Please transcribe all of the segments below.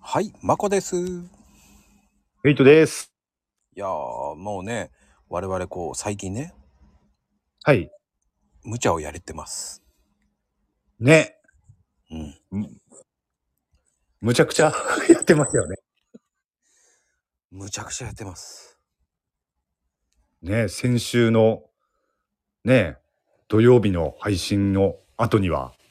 はい、まこです。 エイトです。 いやー、もうね、我々最近ね、 はい。 無茶をやれてます。 ね。 うん。 むちゃくちゃやってますよね。 むちゃくちゃやってます。 ね、先週のね、土曜日の配信の後には、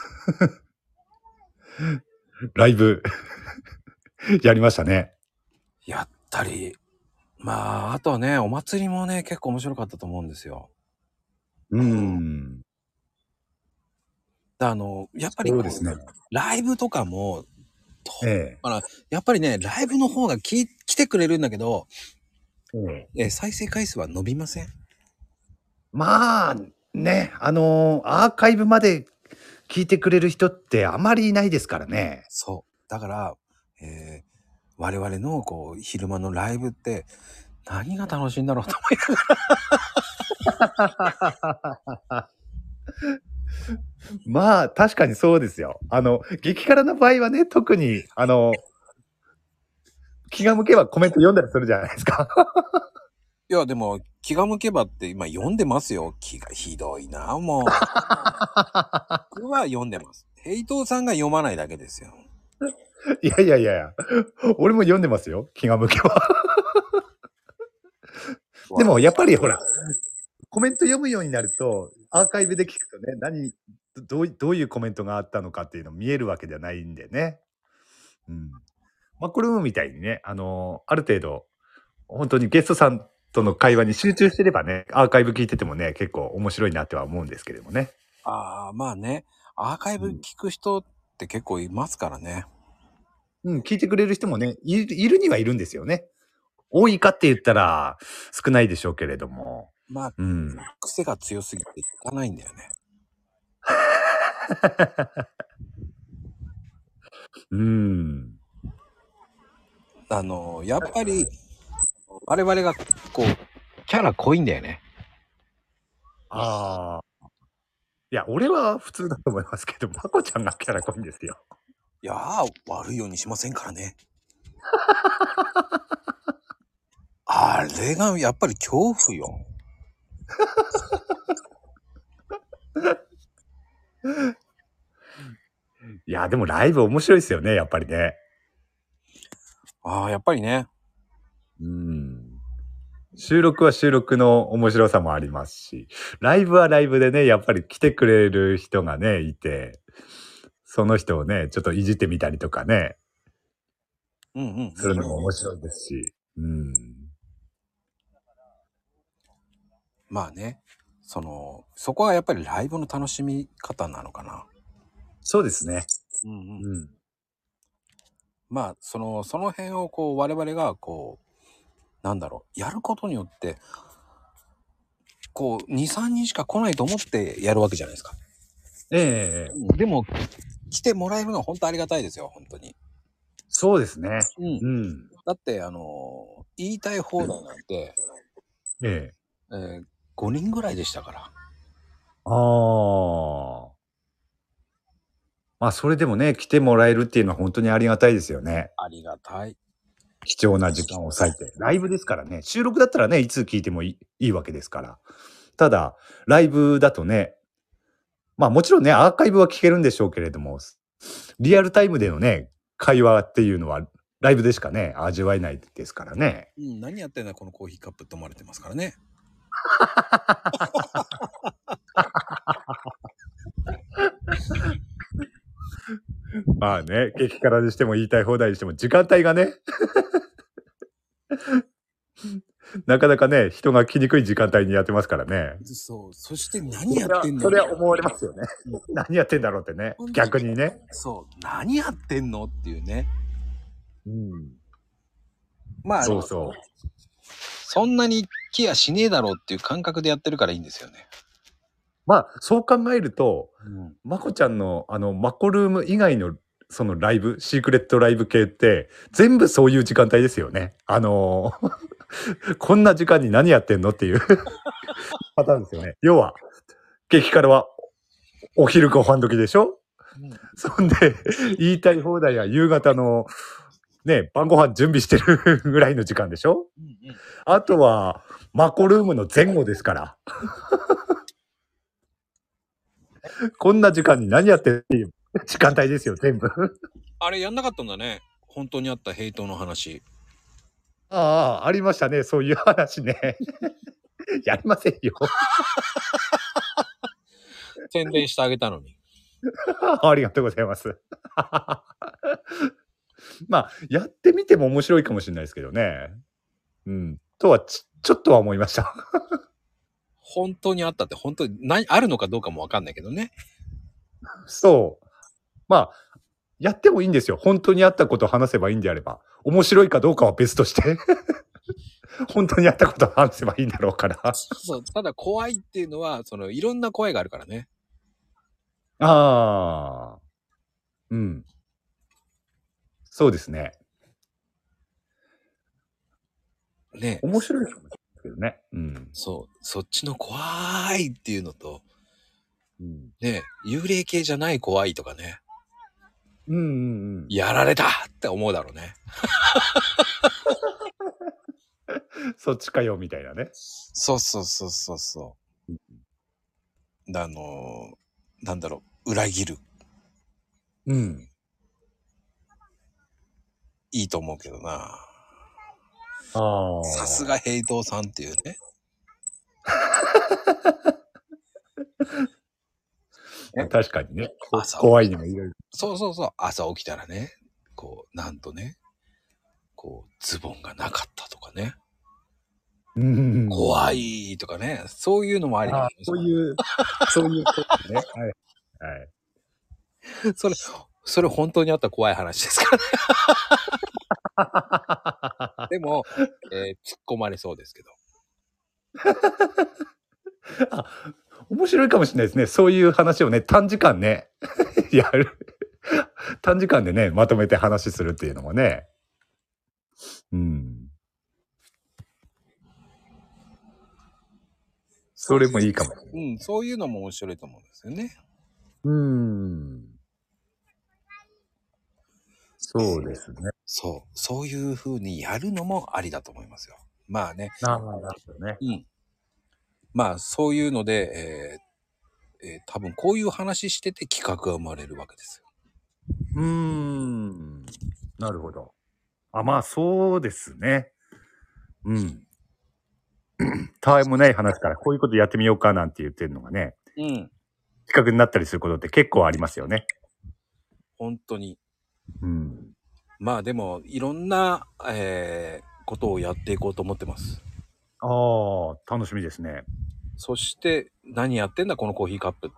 ライブやりましたね。 やったり、まあ、あとはね、お祭りもね、結構面白かったと思うんですよ。 うーん。 やっぱりそうですね。 ライブとかも、 ええ。 やっぱりね、ライブの方が来てくれるんだけど、 ええ。 再生回数は伸びません？ まあ、ね、アーカイブまで聞いてくれる人ってあまりいないですからね。 そう。だから、え我々の昼間のライブって何が楽しいんだろうと思いまあ、確かにそうですよ。激辛の場合はね、特に、気が向けばコメント読んだりするじゃないですか。 いや、でも、気が向けばって今読んでますよ。気がひどいな、もう。僕は読んでます。ヘイトーさんが読まないだけですよ。 いやいやいやいや、俺も読んでますよ、気が向けば。でもやっぱりほら、コメント読むようになると、アーカイブで聞くとね、どういうコメントがあったのかっていうの見えるわけじゃないんでね。うん。マコルームみたいにね、ある程度、本当にゲストさんとの会話に集中してればね、アーカイブ聞いててもね、結構面白いなっては思うんですけれどもね。 ああ、まあね、アーカイブうん。 聞く人って結構いますからね。 うん、聞いてくれる人もね、いるにはいるんですよね。多いかって言ったら少ないでしょうけれども。 まあ、 うん。 癖が強すぎていかないんだよね。 うーん。 やっぱり、我々がキャラ濃いんだよね。 ああ。いや、俺は普通だと思いますけど、まこちゃんがキャラ濃いんですよ。 いやー、悪いようにしませんからね。あれがやっぱり恐怖よ。 いや、でもライブ面白いですよね、やっぱりね。 ああ、やっぱりね。 うん。収録は収録の面白さもありますし、ライブはライブでね、やっぱり来てくれる人がね、いて、その人をね、ちょっといじってみたりとかね、 うんうんうん。 するのも面白いですし。うん。 まあね、そこはやっぱりライブの楽しみ方なのかな。 そうですね。 うんうん。 うん。 まあ、その辺を我々がなんだろう、やることによって、2、3人しか来ないと思ってやるわけじゃないですか。 ええ、 でも、来てもらえるのは本当ありがたいですよ、本当に。 そうですね。 うん。 うん。 だって、言いたい放題なんて、 ええ。 え5人ぐらいでしたから。 ああ。まあ、それでもね、来てもらえるっていうのは本当にありがたいですよね。 ありがたい。 貴重な時間を割いて。ライブですからね。収録だったらね、いつ聞いてもいいわけですから。ただ、ライブだとね、まあ、もちろんね、アーカイブは聞けるんでしょうけれども、リアルタイムでのね、会話っていうのは、ライブでしかね、味わえないですからね。 うん、何やってんだこのコーヒーカップって思われてますからね。 まあね、激辛にしても言いたい放題にしても、時間帯がね、なかなかね、人が来にくい時間帯にやってますからね。 そう。そして何やってんの？ それは思われますよね。 うん。 何やってんだろうってね。 本当に、 逆にね。 そう、何やってんのっていうね。 うん。 まあ、 そうそう。 そんなに来やしねえだろうっていう感覚でやってるからいいんですよね。 まあ、そう考えると、 うん。 まこちゃんのマコルーム以外のそのライブ、シークレットライブ系って、全部そういう時間帯ですよね。こんな時間に何やってんのっていうパターンですよね。要は、激辛はお昼ご飯時でしょ。 うん。 そんで、言いたい放題は夕方のね、晩ご飯準備してるぐらいの時間でしょ。 うんうん。 あとは、マコルームの前後ですから。こんな時間に何やってるっていう時間帯ですよ、全部。 あれやんなかったんだね。本当にあったヘイトの話。 ああ、ありましたね、そういう話ね。やりませんよ。 宣伝してあげたのに。 ありがとうございます。まあ、やってみても面白いかもしれないですけどね。うん。とはちょっとは思いました。 本当にあったって本当にあるのかどうかもわかんないけどね。 そう。まあ、やってもいいんですよ。本当にあったことを話せばいいんであれば。面白いかどうかは別として。本当にあったことを話せばいいんだろうから。 そう、ただ怖いっていうのは、いろんな声があるからね。 ああ。うん。そうですね。 ね。 面白いかもしれないですけどね。うん。 そう、そっちの怖いっていうのと、 うん。 ね、幽霊系じゃない怖いとかね、 うんうんうん。 やられたって思うだろうね。 そっちかよ、みたいなね。 そうそうそうそうそう。なんだろう、裏切る。 うん。 いいと思うけどな。 ああ。 さすが平等さんっていうね。ね確かにね。 朝怖いにもいろいろ。 そうそうそう。朝起きたらね、なんとね、ズボンがなかったとかね。 うん。 怖いとかね。そういうのもありだああ、 けどそういうことね。はい。はい。 それ本当にあった怖い話ですからね。でも、突っ込まれそうですけど。 あ、面白いかもしれないですね。そういう話をね、短時間ね、やる。短時間でね、まとめて話するっていうのもね。うん。それもいいかも。 うん、そういうのも面白いと思うんですよね。 そうですね。 そういう風にやるのもありだと思いますよ。まあね。 ああ、なるほどね。 うん。まあ、そういうので、多分こういう話してて企画が生まれるわけですよ。 なるほど。あ、まあ、そうですね。うん。たわいもない話からこういうことやってみようかなんて言ってるのがね、 うん。 企画になったりすることって結構ありますよね。 本当に。 うん。 まあでも、いろんな、ことをやっていこうと思ってます。 ああ、楽しみですね。 そして、何やってんだ、このコーヒーカップ。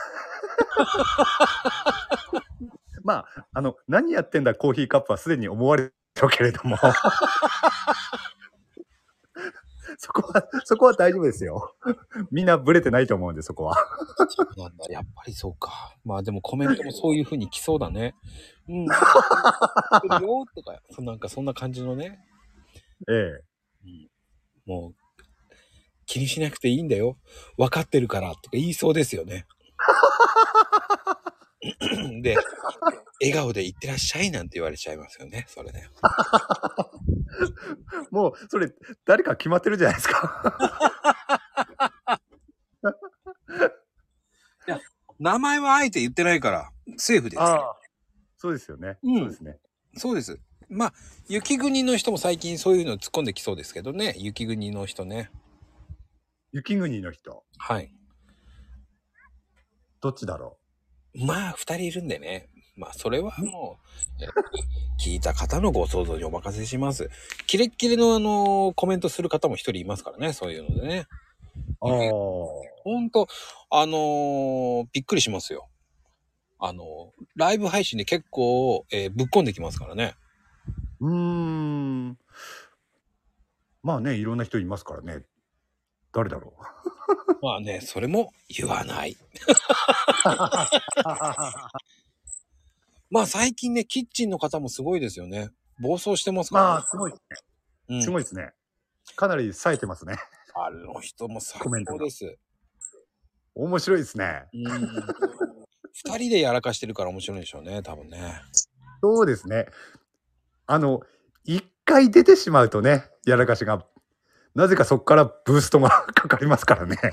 まあ、何やってんだコーヒーカップはすでに思われるけれども。そこは大丈夫ですよ。みんなブレてないと思うんで、そこは。 なんだ、やっぱりそうか。まあでもコメントもそういう風に来そうだね。うん。やってるよとか、なんかそんな感じのね。 ええ。 うん、もう、気にしなくていいんだよ。分かってるからとか言いそうですよね。で、笑顔で言ってらっしゃいなんて言われちゃいますよね。それね。 もう、それ、誰か決まってるじゃないですか。 いや、名前はあえて言ってないから、セーフです。 ああ、そうですよね。 うん。 そうですね。 そうです。まあ、雪国の人も最近そういうの突っ込んできそうですけどね。雪国の人ね。 雪国の人。 はい。 どっちだろまあ、二人いるんでね。まあ、それはもう、聞いた方のご想像にお任せします。キレッキレのコメントする方も一人いますからね。そういうのでね。 う。ああ。 ほんと、びっくりしますよ。ライブ配信で結構、ぶっこんできますからね。 うーん。まあね、いろんな人いますからね。誰だろまあね、それも言わない。まあ最近ね、キッチンの方もすごいですよね。暴走してますう。 からね。 まあ、すごい。 うん。 すごいですね。かなり冴えてますね。 あの人も最コメントが。 高です。 面白いですね。 うん。二人でやらかしてるから面白いんでしょうね、多分ね。 そうですね。 一回出てしまうとね、やらかしが、なぜかそこからブーストがかかりますからね。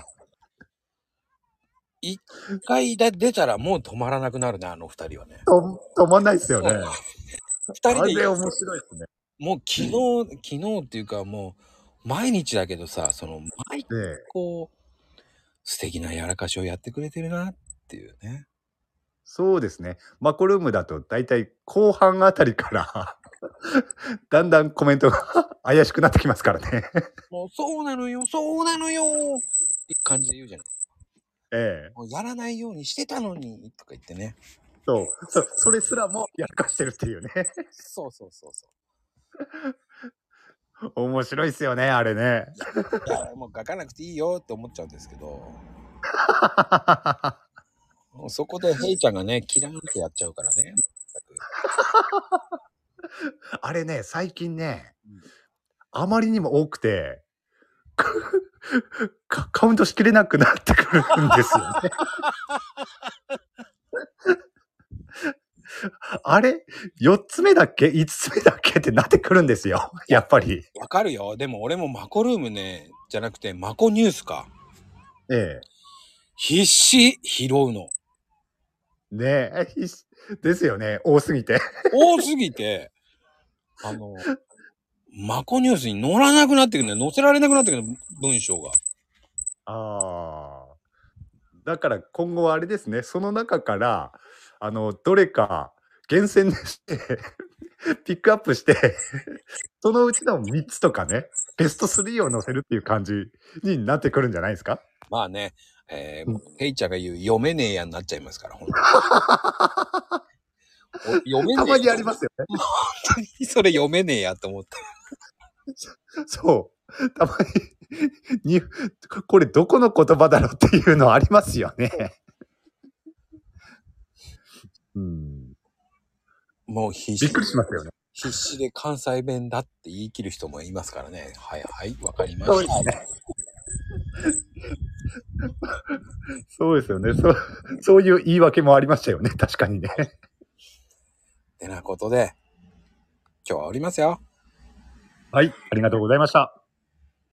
一回出たらもう止まらなくなるね、あの二人はね。 止まんないですよね。 二人であれ面白いですね。 もう昨日っていうかもう毎日だけどさ、毎ねえ、 こう素敵なやらかしをやってくれてるなっていうね。 そうですね。マコルームだとだいたい後半あたりからだんだんコメントが怪しくなってきますからね。 もうそうなのよ、そうなのよって感じで言うじゃない。 ええ。 もうやらないようにしてたのにとか言ってね。 それすらもやらかしてるっていうね。 そうそうそうそう。 面白いっすよね、あれね。 いや、もう書かなくていいよって思っちゃうんですけど、もうそこでヘイちゃんがね、キラーンってやっちゃうからね。全くあれね、最近ね、 うんあまりにも多くて、カウントしきれなくなってくるんですよね。あれ ?4 つ目だっけ ?5 つ目だっけってなってくるんですよ。やっぱり。 わかるよ。でも俺もマコルームね、じゃなくてマコニュースか。 え必死拾うの。 え。ねえ。ですよね。多すぎて。 多すぎて、マコニュースに載らなくなってくるんだよ。載せられなくなってくるの、文章が。 ああ。だから今後はあれですね。その中から、どれか厳選してピックアップしてそのうちの3つとかね、ベスト3を載せるっていう感じになってくるんじゃないですか？ まあね、 うんヘイちゃんが言う読めねえやになっちゃいますから、ほんと読めねえたまにありますよね。 本当にそれ読めねえやと思って。 そう。たまにこれどこの言葉だろうっていうのありますよね。うん。 もうびっくりしますよね。 必死で関西弁だって言い切る人もいますからね。はいはい、わかりまそうした。 ですね。そうですよね。そういう言い訳もありましたよね。確かにね。 てなことで、今日はおりますよ。 はい。ありがとうございました。